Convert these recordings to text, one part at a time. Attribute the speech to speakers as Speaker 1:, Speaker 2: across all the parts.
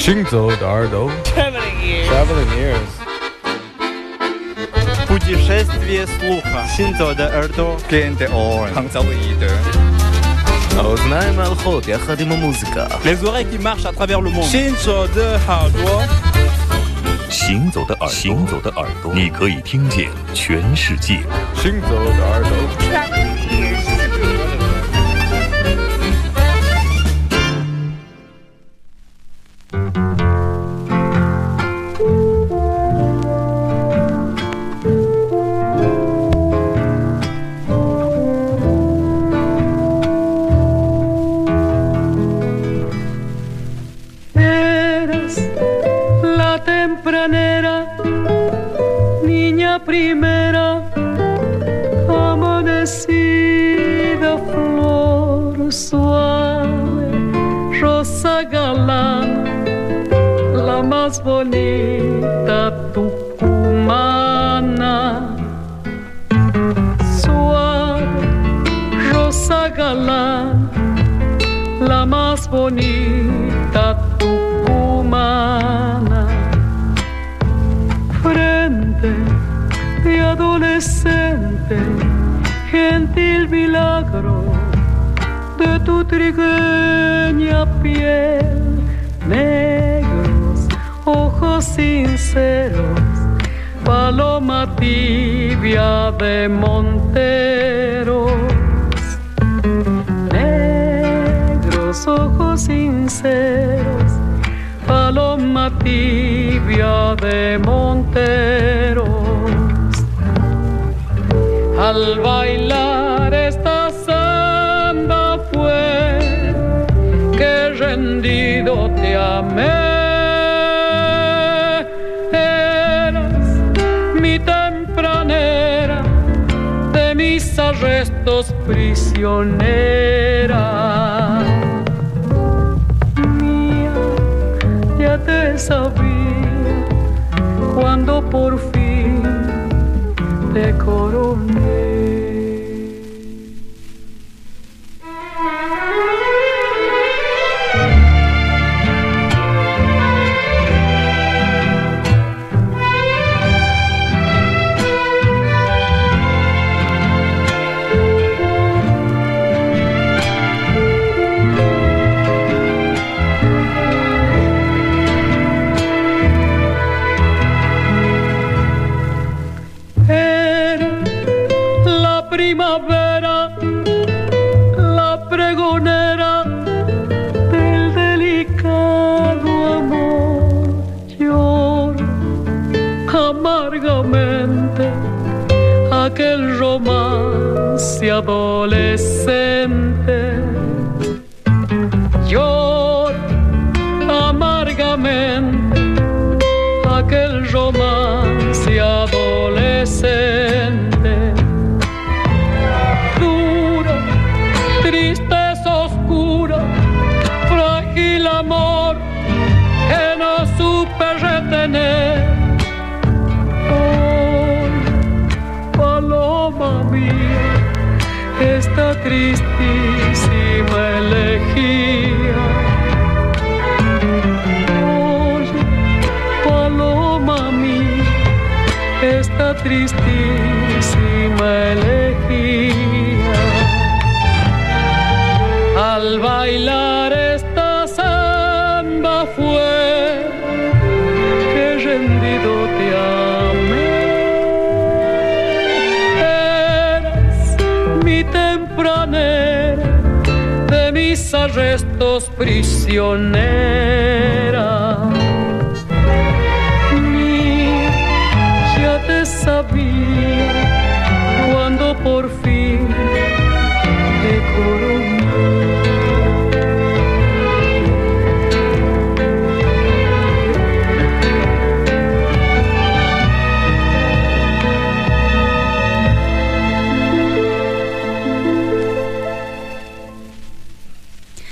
Speaker 1: 行走的耳朵
Speaker 2: Traveling ears.
Speaker 3: Путешествие слуха. Синцо де Эрдо.
Speaker 2: Кенте Орн. Хангзалиде.
Speaker 1: האוזניים הלכות יחד עם המוזיקה.
Speaker 3: Les oreilles qui marchent à travers le monde.
Speaker 4: Shinzo de Hardware.
Speaker 5: 行走的耳朵，你可以听见全世界。
Speaker 1: 行走的耳朵。
Speaker 6: Primera amanecida, flor suave, rosa galana, la más bonita tucumana. Suave, rosa galana, la más bonita tucumana. Frente de adolescente, gentil milagro de tu trigueña piel, negros ojos sinceros, paloma tibia de monteros, negros ojos sinceros, paloma tibia de monteros. Al bailar esta samba fue que rendido te amé. Eras mi tempranera, de mis arrestos prisionera. Mía, ya te sabía cuando por fin te coroné. Primavera, la pregonera del delicado amor, lloro amargamente aquel romance adolescente. Lloro amargamente aquel romance adolescente. Tristeza oscura, frágil amor que no supe retener. Hoy, paloma mía, esta tristísima elegía. Hoy, paloma mía, esta tristísima elegía. Al bailar esta samba fue que rendido te amé. Eras mi tempranera, de mis arrestos prisionera. Mía, ya te sabía cuando por fin te coroné.
Speaker 7: 马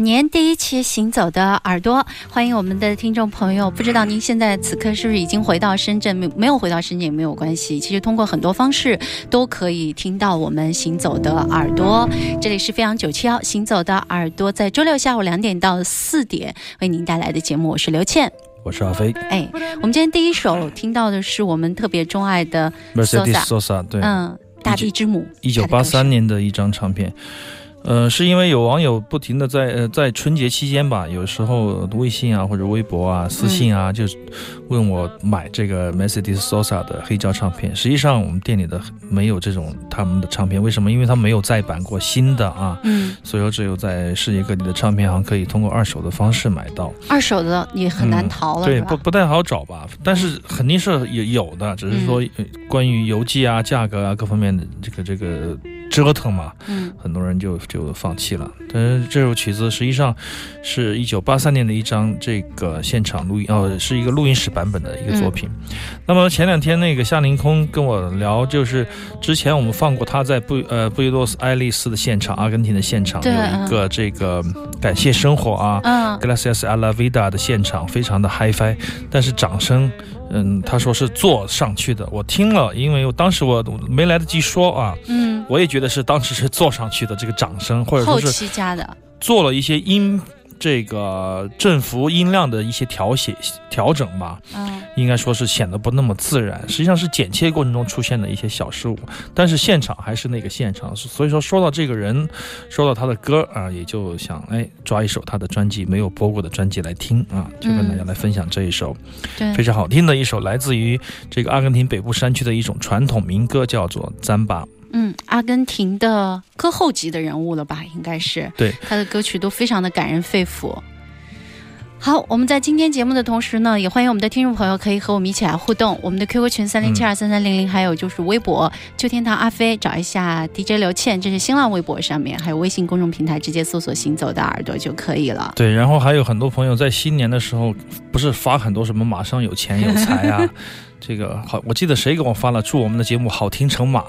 Speaker 7: 年第一期行走的耳朵，欢迎我们的听众朋友。不知道您现在此刻是不是已经回到深圳？没有回到深圳也没有关系，其实通过很多方式都可以听到我们行走的耳朵。这里是飞扬971行走的耳朵，在周六下午2点到4点为您带来的节目，我是刘倩，
Speaker 8: 我是阿飞。
Speaker 7: 我们今天第一首听到的是我们特别钟爱的
Speaker 8: Mercedes Sosa， 对，
Speaker 7: 大地之母
Speaker 8: ，1983年的一张唱片。是因为有网友不停的在春节期间吧，有时候微信啊或者微博啊私信啊，就问我买这个 Mercedes Sosa 的黑胶唱片。实际上我们店里的没有这种他们的唱片，为什么？因为他没有再版过新的啊，所以只有在世界各地的唱片行可以通过二手的方式买到。二手的也很难淘了，对，不太好找吧，但是肯定是有的，只是说关于邮寄啊、价格啊各方面的这个折腾嘛，很多人就放弃了。但是这首曲子实际上是1983年的一张这个现场录音，是一个录音室版本的一个作品。那么前2天那个夏凌空跟我聊，就是之前我们放过他在布宜诺斯艾利斯的现场，阿根廷的现场，有一个这个感谢生活啊，Gracias a la vida 的现场，非常的 hi-fi， 但是掌声他说是坐上去的。我听了，因为当时我没来得及说啊，我也觉得是当时是坐上去的这个掌声，或者说是后期加的，做了一些这个振幅音量的一些调整吧，应该说是显得不那么自然，实际上是剪切过程中出现的一些小失误，但是现场还是那个现场。所以说到这个人，说到他的歌啊，也就想抓一首他的专辑没有播过的专辑来听啊，就跟大家来分享这一首非常好听的一首来自于这个阿根廷北部山区的一种传统民歌，叫做赞巴。阿根廷的歌后级的人物了吧，应该是。对，他的歌曲都非常的感人肺腑。好，我们在今天节目的同时呢，也欢迎我们的听众朋友可以和我们一起来互动。我们的 QQ 群30723300，还有就是微博秋天堂阿飞，找一下 DJ 刘倩，这是新浪微博上面，还有微信公众平台直接搜索行走的耳朵就可以了。对，然后还有很多朋友在新年的时候不是发很多什么马上有钱有财啊这个好，我记得谁给我发了祝我们的节目好听成马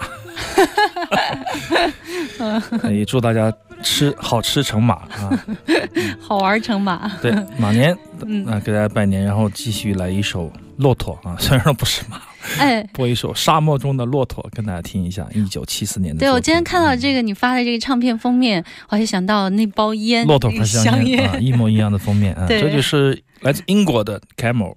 Speaker 8: 也祝大家好吃成马啊，好玩成马。对，马年给大家拜年，然后继续来一首骆驼啊，虽然说不是马，播一首沙漠中的骆驼跟大家听一下，1974年的。对，我今天看到这个你发的这个唱片封面，我还想到那包烟，骆驼牌香烟啊，一模一样的封面啊，这就是来自英国的 Camel。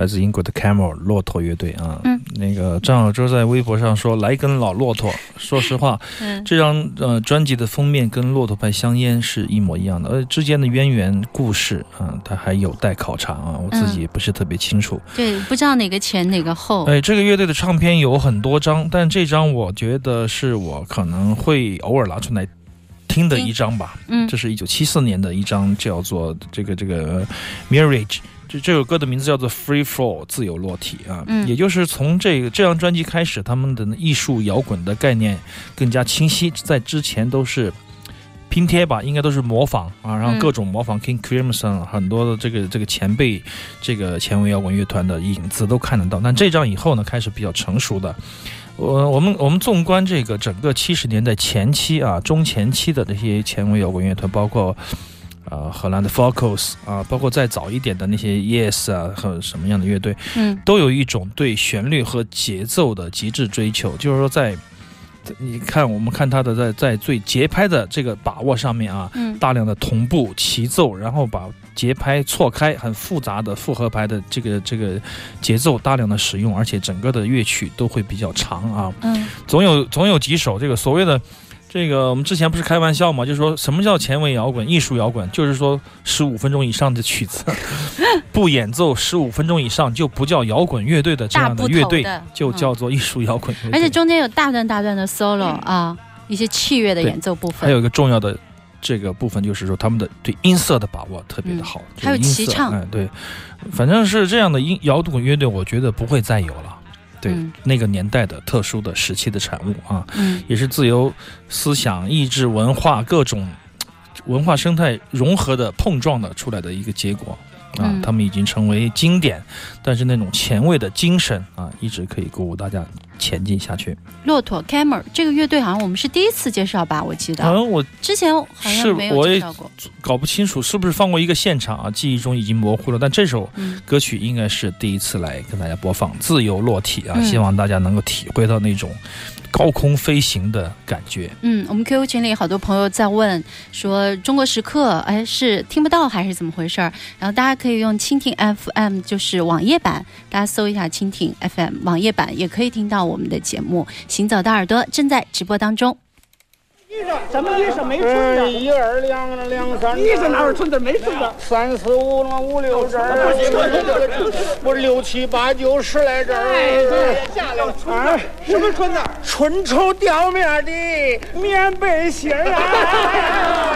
Speaker 8: 来自英国的 Camel 骆驼乐队啊。那个张小舟在微博上说来根老骆驼，说实话，这张专辑的封面跟骆驼牌香烟是一模一样的，之间的渊源故事啊，它还有待考察啊，我自己也不是特别清楚。
Speaker 7: 对，不知道哪个前哪个后。
Speaker 8: 这个乐队的唱片有很多张，但这张我觉得是我可能会偶尔拿出来听的一张吧。这是1974年的一张，叫做这个 Mirage。这首歌的名字叫做 Free Fall 自由落体啊，也就是从这张专辑开始，他们的艺术摇滚的概念更加清晰，在之前都是拼贴吧，应该都是模仿啊，然后各种模仿 King Crimson 很多的这个前辈这个前卫摇滚乐团的影子都看得到。但这张以后呢，开始比较成熟的。我们纵观这个整个70年代前期啊，中前期的这些前卫摇滚乐团，包括荷兰的 Focus 啊，包括再早一点的那些 Yes 啊和什么样的乐队，都有一种对旋律和节奏的极致追求，就是说我们看他的在最节拍的这个把握上面啊，大量的同步齐奏，然后把节拍错开，很复杂的复合拍的这个节奏大量的使用，而且整个的乐曲都会比较长啊，总有几首这个所谓的。这个我们之前不是开玩笑嘛，就是说什么叫前卫摇滚、艺术摇滚，就是说15分钟以上的曲子不演奏15分钟以上就不叫摇滚乐队的这样的乐队，就叫做艺术摇滚乐队。
Speaker 7: 而且中间有大段的 solo 啊，一些器乐的演奏部分。
Speaker 8: 还有一个重要的这个部分就是说他们的对音色的把握特别的好，
Speaker 7: 还有齐唱，
Speaker 8: 对，反正是这样的摇滚乐队，我觉得不会再有了。对，那个年代的特殊的时期的产物啊，也是自由思想、意志、文化各种文化生态融合的碰撞的出来的一个结果啊。他们已经成为经典，但是那种前卫的精神啊，一直可以鼓舞大家前进下去。
Speaker 7: 骆驼 Camel 这个乐队好像我们是第一次介绍吧，我记得。
Speaker 8: 我
Speaker 7: 之前好像没有介绍过，
Speaker 8: 我也搞不清楚是不是放过一个现场啊，记忆中已经模糊了。但这首歌曲应该是第一次来跟大家播放，自由落体啊，希望大家能够体会到那种高空飞行的感觉。
Speaker 7: 我们 QQ 群里好多朋友在问说中国时刻是听不到还是怎么回事，然后大家可以用蜻蜓 FM 就是网页版，大家搜一下蜻蜓 FM 网页版也可以听到我们的节目。行走的耳朵正在直播当中。
Speaker 9: 什么意思？没寸的。1、2、2、3。意思哪有寸的？没寸的。3、4、5、5、6针儿。不是6、7、8、9、10来针儿。下来了。啊，什么春的？春绸吊面的棉背心儿啊！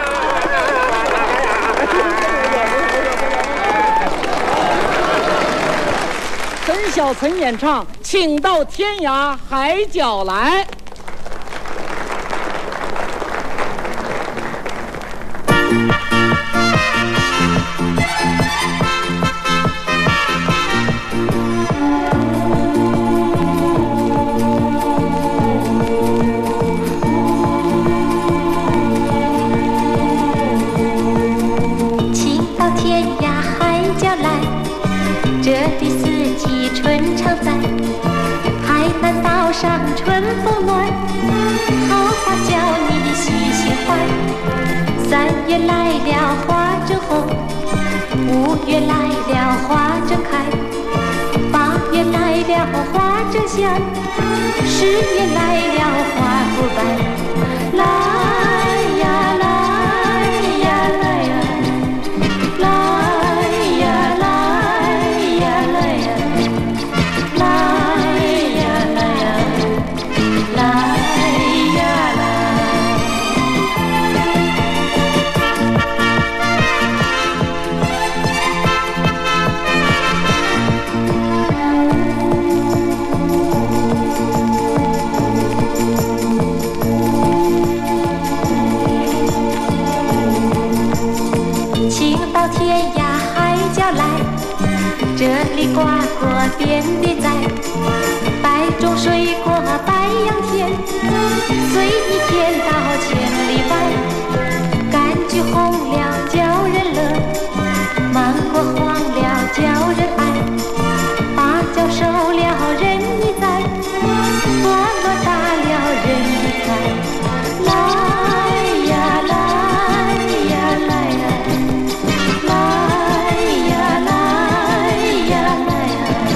Speaker 9: 陈小岑演唱，请到天涯海角来。
Speaker 10: 上春风暖，桃花叫你细心欢。3月来了花正红，5月来了花正开，8月来了花正香，10月来了花不白。来呀来呀来呀，来呀来呀来呀，来呀来呀。来呀来！请到天涯海角来，这里瓜果遍地栽，百种水果百样甜，随你甜到千里外。柑橘红了叫人乐，芒果黄了叫人爱，芭蕉熟了人一栽，菠萝大了人一开。来呀来呀来呀，来呀来呀来呀。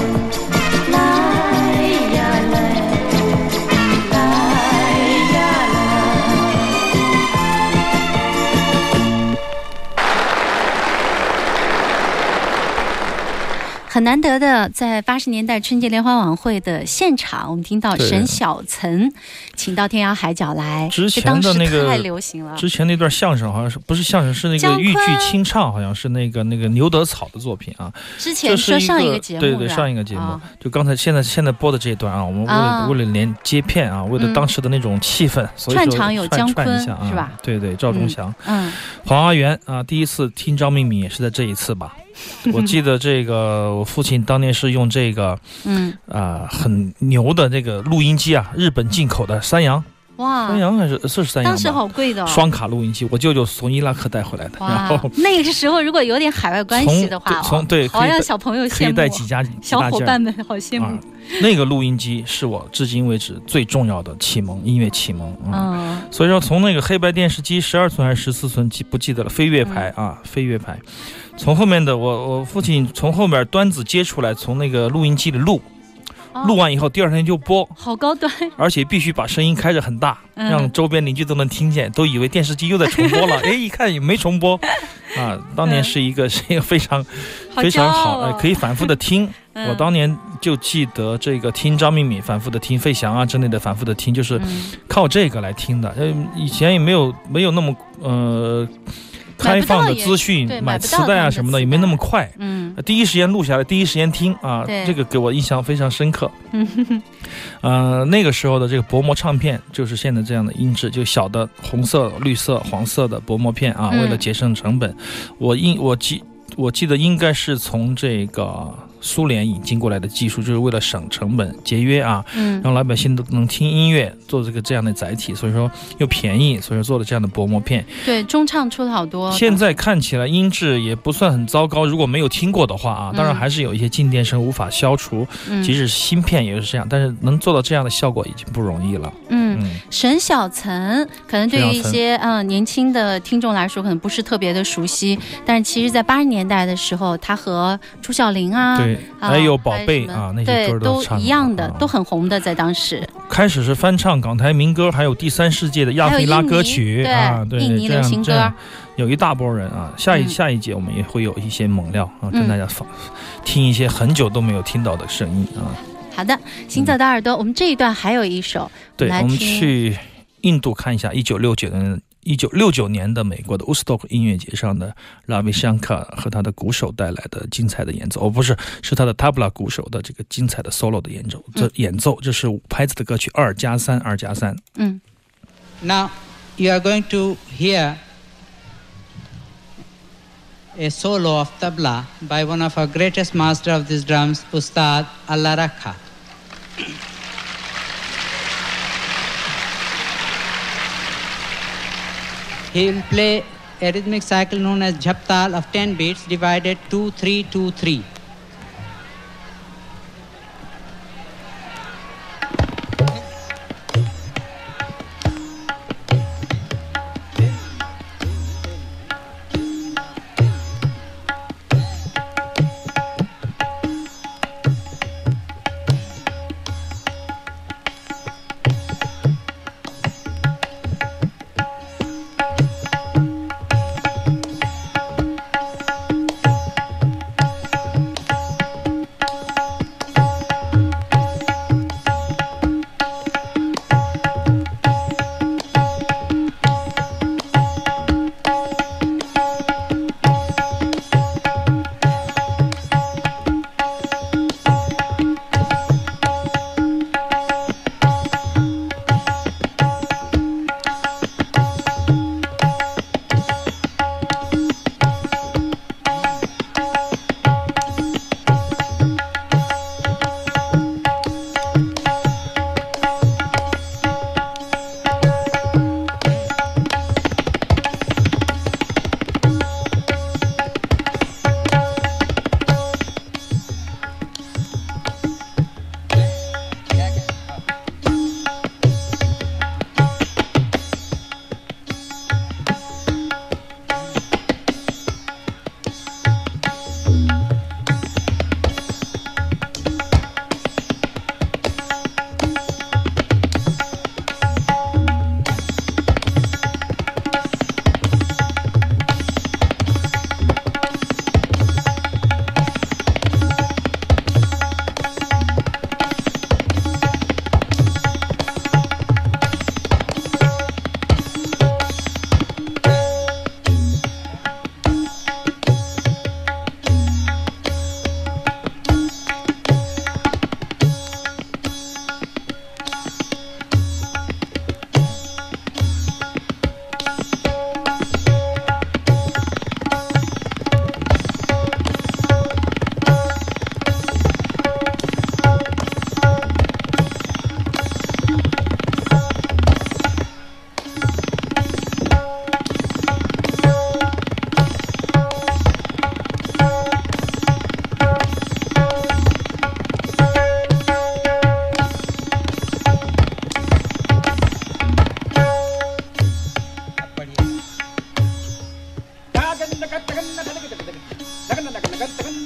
Speaker 7: 很难得的，在80年代春节联欢晚会的现场，我们听到沈小岑请到天涯海角来，
Speaker 8: 之前的那个
Speaker 7: 太流行了。
Speaker 8: 之前那段相声好像是不是相声，是那个豫剧清唱，好像是那个牛德草的作品啊。
Speaker 7: 之前说上一个节目，
Speaker 8: 对上一个节目，就刚才现在播的这一段啊，我们为了连接片啊，为了当时的那种气氛，所以
Speaker 7: 串场有姜昆
Speaker 8: 一下啊，
Speaker 7: 是吧？
Speaker 8: 对，赵忠祥，黄阿元啊，第一次听张明敏也是在这一次吧。我记得这个，我父亲当年是用这个，很牛的这个录音机啊，日本进口的三洋。哇，三洋还是三洋？
Speaker 7: 当时好贵的
Speaker 8: 双卡录音机，我舅舅从伊拉克带回来的。然后
Speaker 7: 那个时候如果有点海外关系的话，
Speaker 8: 对，
Speaker 7: 好让小朋友羡慕，
Speaker 8: 可以带几家
Speaker 7: 小伙伴们好羡慕。
Speaker 8: 那个录音机是我至今为止最重要的音乐启蒙。所以说从那个黑白电视机12寸还是14寸不记得了，飞跃牌啊，飞跃牌。从后面的我父亲从后面端子接出来，从那个录音机里录完以后，第二天就播，
Speaker 7: 好高端，
Speaker 8: 而且必须把声音开着很大，让周边邻居都能听见，都以为电视机又在重播了。一看也没重播啊！当年是一个非常非常好，可以反复的听。我当年就记得这个听张明敏反复的听，费翔啊之类的反复的听，就是靠这个来听的。以前也没有那么开放的资讯，买磁带啊什么的也没那么快。第一时间录下来，第一时间听啊，这个给我印象非常深刻。那个时候的这个薄膜唱片就是现在这样的音质，就小的红色、绿色、黄色的薄膜片啊，为了节省成本，我记得应该是从这个苏联引进过来的技术，就是为了省成本节约啊，让老百姓都能听音乐，做这样的载体，所以说又便宜，所以说做了这样的薄膜片。
Speaker 7: 对，中唱出了好多。
Speaker 8: 现在看起来音质也不算很糟糕，如果没有听过的话啊，当然还是有一些静电声无法消除，即使芯片也是这样，但是能做到这样的效果已经不容易了。
Speaker 7: 沈小岑可能对于一些年轻的听众来说可能不是特别的熟悉，但是其实在80年代的时候，他和朱晓玲啊，
Speaker 8: 对，还有宝贝啊，那些歌
Speaker 7: 都一样的，都很红的，在当时。开
Speaker 8: 始是翻唱港台民歌，还有第3世界的亚非拉歌曲啊，对，
Speaker 7: 印尼流行歌，
Speaker 8: 有一大波人啊。下一节我们也会有一些猛料啊，跟大家听一些很久都没有听到的声音啊。
Speaker 7: 好的，行走的耳朵，我们这一段还有一首，
Speaker 8: 对，我们去印度看一下1969年的美国的 Woodstock 音乐节上的拉维香卡和他的鼓手带来的精彩的演奏，是他的 tabla 鼓手的这个精彩的 solo 的演奏，这是5拍子的歌曲2+3。
Speaker 11: Now you are going to hear a solo of tabla by one of our greatest master of these drums, Ustad Allah Rakha. He will play a rhythmic cycle known as Jhaptal of 10 beats divided 2-3-2-3.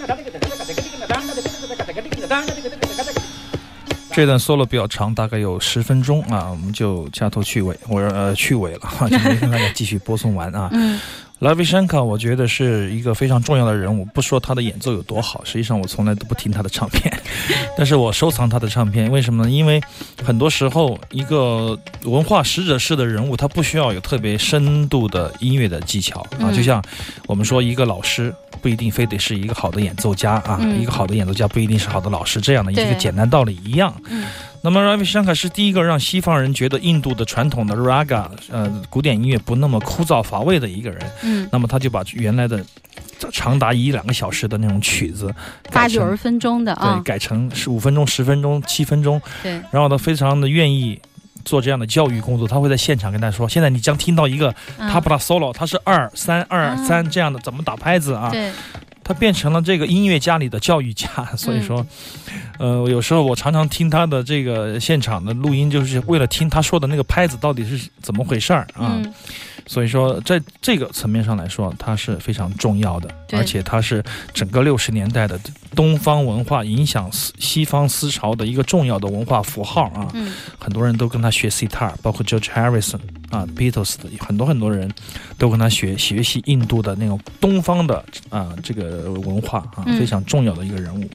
Speaker 8: 这段 solo 比较长，大概有10分钟啊，我们就掐头去尾，去尾了，就没跟大家继续播送完啊。Ravi Shankar 我觉得是一个非常重要的人物，不说他的演奏有多好，实际上我从来都不听他的唱片，但是我收藏他的唱片，为什么呢？因为很多时候一个文化使者式的人物，他不需要有特别深度的音乐的技巧啊，就像我们说一个老师不一定非得是一个好的演奏家啊，一个好的演奏家不一定是好的老师，这样的一个简单道理一样。那么 Ravi Shankar 是第一个让西方人觉得印度的传统的 raga 古典音乐不那么枯燥乏味的一个人。那么他就把原来的长达1-2个小时的那种曲子
Speaker 7: 80-90分钟的
Speaker 8: 对，改成15分钟、10分钟、7分钟。
Speaker 7: 对，
Speaker 8: 然后他非常的愿意做这样的教育工作，他会在现场跟大家说，现在你将听到一个 tabla solo， 它是2-3-2-3这样的，怎么打拍子啊？
Speaker 7: 对，
Speaker 8: 他变成了这个音乐家里的教育家，所以说有时候我常常听他的这个现场的录音，就是为了听他说的那个拍子到底是怎么回事儿啊。所以说在这个层面上来说，它是非常重要的，而且它是整个60年代的东方文化影响西方思潮的一个重要的文化符号啊。很多人都跟他学 sitar， 包括 George Harrison 啊 Beatles 的很多人都跟他学习印度的那种东方的这个文化啊，非常重要的一个人物。